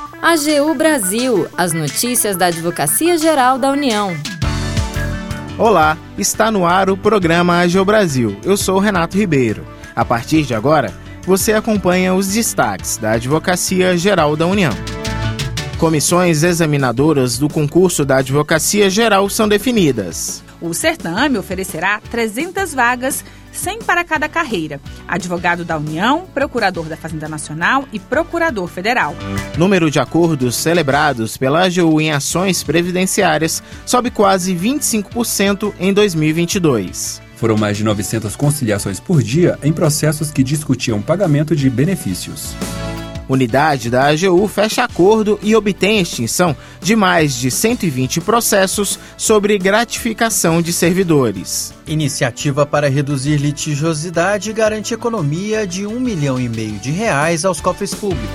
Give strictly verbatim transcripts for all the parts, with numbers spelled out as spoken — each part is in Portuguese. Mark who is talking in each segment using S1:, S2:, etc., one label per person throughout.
S1: A G U Brasil, as notícias da Advocacia Geral da União.
S2: Olá, está no ar o programa A G U Brasil. Eu sou Renato Ribeiro. A partir de agora, você acompanha os destaques da Advocacia Geral da União. Comissões examinadoras do concurso da Advocacia Geral são definidas.
S3: O certame oferecerá trezentas vagas, cem para cada carreira: advogado da União, procurador da Fazenda Nacional e procurador federal.
S2: Número de acordos celebrados pela A G U em ações previdenciárias sobe quase vinte e cinco por cento em dois mil e vinte e dois.
S4: Foram mais de novecentas conciliações por dia em processos que discutiam pagamento de benefícios.
S2: Unidade da A G U fecha acordo e obtém extinção de mais de cento e vinte processos sobre gratificação de servidores.
S5: Iniciativa para reduzir litigiosidade garante economia de um milhão e meio de reais aos cofres públicos.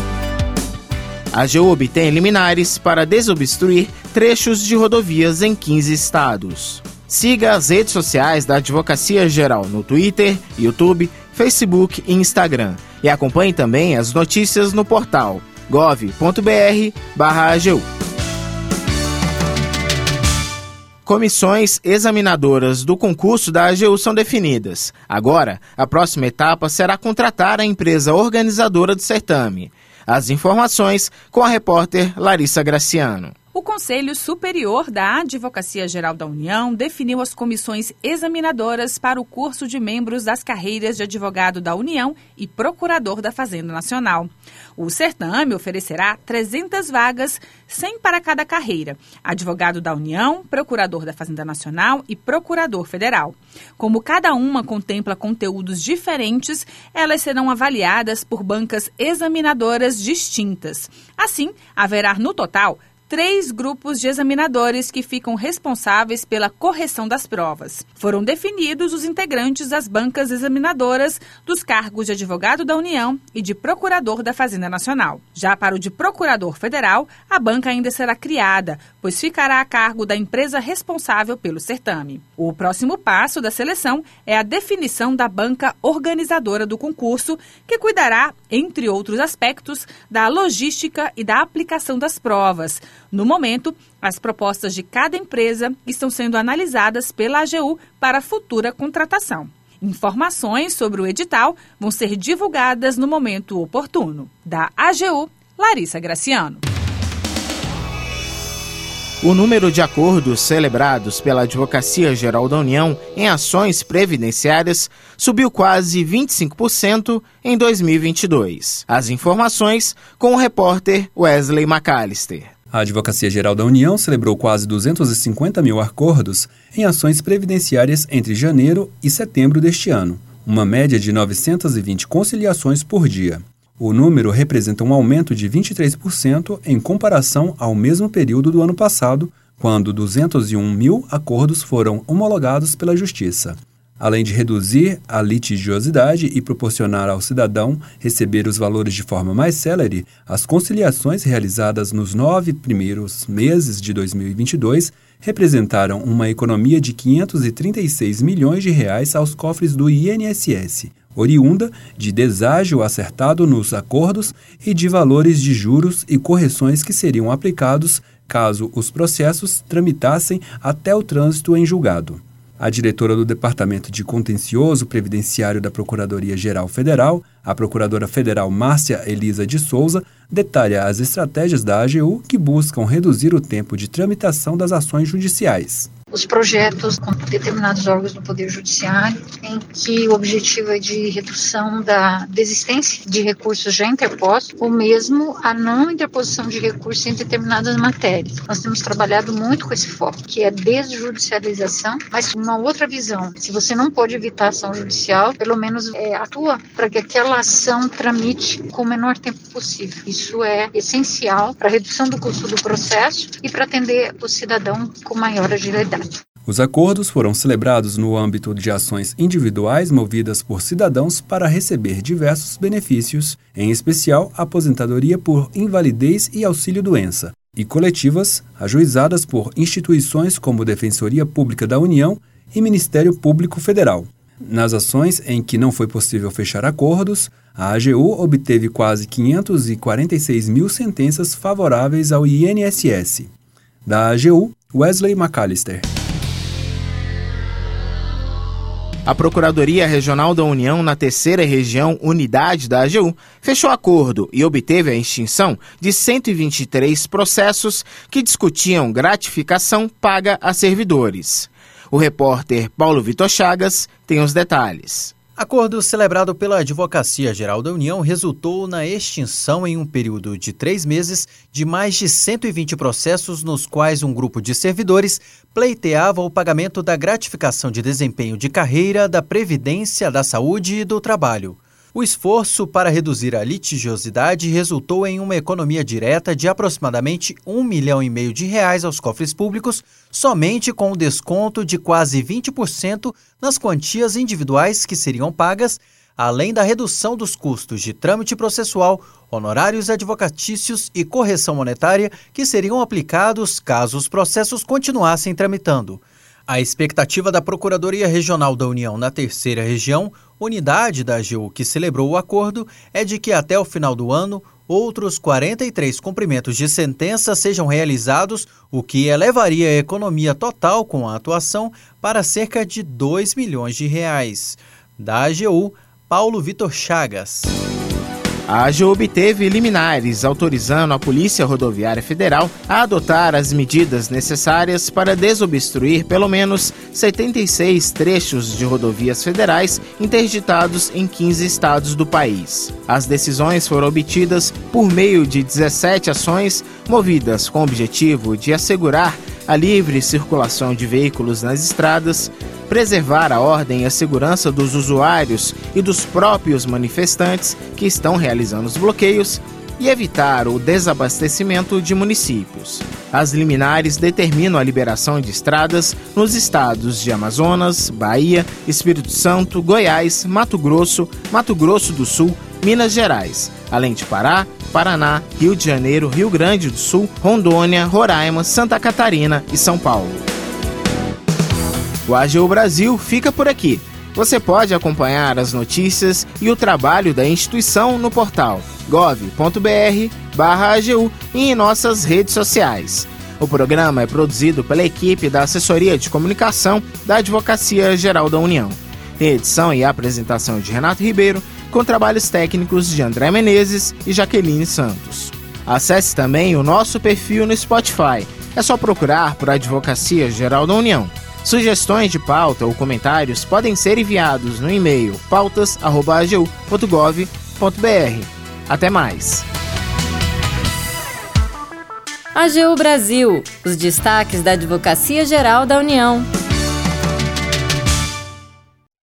S2: A A G U obtém liminares para desobstruir trechos de rodovias em quinze estados. Siga as redes sociais da Advocacia Geral no Twitter, YouTube, Facebook e Instagram. E acompanhe também as notícias no portal gov ponto br barra A G U. Comissões examinadoras do concurso da A G U são definidas. Agora, a próxima etapa será contratar a empresa organizadora do certame. As informações com a repórter Larissa Graciano.
S3: O Conselho Superior da Advocacia Geral da União definiu as comissões examinadoras para o curso de membros das carreiras de advogado da União e procurador da Fazenda Nacional. O certame oferecerá trezentas vagas, cem para cada carreira: advogado da União, procurador da Fazenda Nacional e procurador federal. Como cada uma contempla conteúdos diferentes, elas serão avaliadas por bancas examinadoras distintas. Assim, haverá no total três grupos de examinadores que ficam responsáveis pela correção das provas. Foram definidos os integrantes das bancas examinadoras dos cargos de advogado da União e de procurador da Fazenda Nacional. Já para o de procurador federal, a banca ainda será criada, pois ficará a cargo da empresa responsável pelo certame. O próximo passo da seleção é a definição da banca organizadora do concurso, que cuidará, entre outros aspectos, da logística e da aplicação das provas. No momento, as propostas de cada empresa estão sendo analisadas pela A G U para futura contratação. Informações sobre o edital vão ser divulgadas no momento oportuno. Da A G U, Larissa Graciano.
S2: O número de acordos celebrados pela Advocacia Geral da União em ações previdenciárias subiu quase vinte e cinco por cento em dois mil e vinte e dois. As informações com o repórter Wesley McAllister.
S4: A Advocacia Geral da União celebrou quase duzentos e cinquenta mil acordos em ações previdenciárias entre janeiro e setembro deste ano, uma média de novecentas e vinte conciliações por dia. O número representa um aumento de vinte e três por cento em comparação ao mesmo período do ano passado, quando duzentos e um mil acordos foram homologados pela Justiça. Além de reduzir a litigiosidade e proporcionar ao cidadão receber os valores de forma mais célere, as conciliações realizadas nos nove primeiros meses de dois mil e vinte e dois representaram uma economia de quinhentos e trinta e seis milhões de reais aos cofres do I N S S, oriunda de deságio acertado nos acordos e de valores de juros e correções que seriam aplicados caso os processos tramitassem até o trânsito em julgado. A diretora do Departamento de Contencioso Previdenciário da Procuradoria-Geral Federal, a procuradora federal Márcia Elisa de Souza, detalha as estratégias da A G U que buscam reduzir o tempo de tramitação das ações judiciais.
S6: Os projetos com determinados órgãos do Poder Judiciário, em que o objetivo é de redução da desistência de recursos já interpostos, ou mesmo a não interposição de recursos em determinadas matérias. Nós temos trabalhado muito com esse foco, que é desjudicialização, mas com uma outra visão. Se você não pode evitar ação judicial, pelo menos é, atua para que aquela ação tramite com o menor tempo possível. Isso é essencial para a redução do custo do processo e para atender o cidadão com maior agilidade.
S4: Os acordos foram celebrados no âmbito de ações individuais movidas por cidadãos para receber diversos benefícios, em especial aposentadoria por invalidez e auxílio-doença, e coletivas ajuizadas por instituições como Defensoria Pública da União e Ministério Público Federal. Nas ações em que não foi possível fechar acordos, a A G U obteve quase quinhentos e quarenta e seis mil sentenças favoráveis ao I N S S. Da A G U, Wesley McAllister.
S2: A Procuradoria Regional da União na Terceira Região Unidade da A G U fechou acordo e obteve a extinção de cento e vinte e três processos que discutiam gratificação paga a servidores. O repórter Paulo Vitor Chagas tem os detalhes.
S5: Acordo celebrado pela Advocacia Geral da União resultou na extinção em um período de três meses de mais de cento e vinte processos nos quais um grupo de servidores pleiteava o pagamento da gratificação de desempenho de carreira, da Previdência, da Saúde e do Trabalho. O esforço para reduzir a litigiosidade resultou em uma economia direta de aproximadamente um milhão e meio de reais aos cofres públicos, somente com o desconto de quase vinte por cento nas quantias individuais que seriam pagas, além da redução dos custos de trâmite processual, honorários advocatícios e correção monetária que seriam aplicados caso os processos continuassem tramitando. A expectativa da Procuradoria Regional da União na Terceira Região, unidade da A G U que celebrou o acordo, é de que até o final do ano, outros quarenta e três cumprimentos de sentença sejam realizados, o que elevaria a economia total com a atuação para cerca de dois milhões de reais. Da A G U, Paulo Vitor Chagas.
S2: A A G U obteve liminares autorizando a Polícia Rodoviária Federal a adotar as medidas necessárias para desobstruir pelo menos setenta e seis trechos de rodovias federais interditados em quinze estados do país. As decisões foram obtidas por meio de dezessete ações movidas com o objetivo de assegurar a livre circulação de veículos nas estradas, preservar a ordem e a segurança dos usuários e dos próprios manifestantes que estão realizando os bloqueios e evitar o desabastecimento de municípios. As liminares determinam a liberação de estradas nos estados de Amazonas, Bahia, Espírito Santo, Goiás, Mato Grosso, Mato Grosso do Sul, Minas Gerais, além de Pará, Paraná, Rio de Janeiro, Rio Grande do Sul, Rondônia, Roraima, Santa Catarina e São Paulo. O A G U Brasil fica por aqui. Você pode acompanhar as notícias e o trabalho da instituição no portal gov ponto br barra A G U e em nossas redes sociais. O programa é produzido pela equipe da Assessoria de Comunicação da Advocacia Geral da União. Tem edição e apresentação de Renato Ribeiro, com trabalhos técnicos de André Menezes e Jaqueline Santos. Acesse também o nosso perfil no Spotify. É só procurar por Advocacia Geral da União. Sugestões de pauta ou comentários podem ser enviados no e-mail pautas arroba a g u ponto gov ponto br. Até mais!
S1: A G U Brasil, os destaques da Advocacia Geral da União.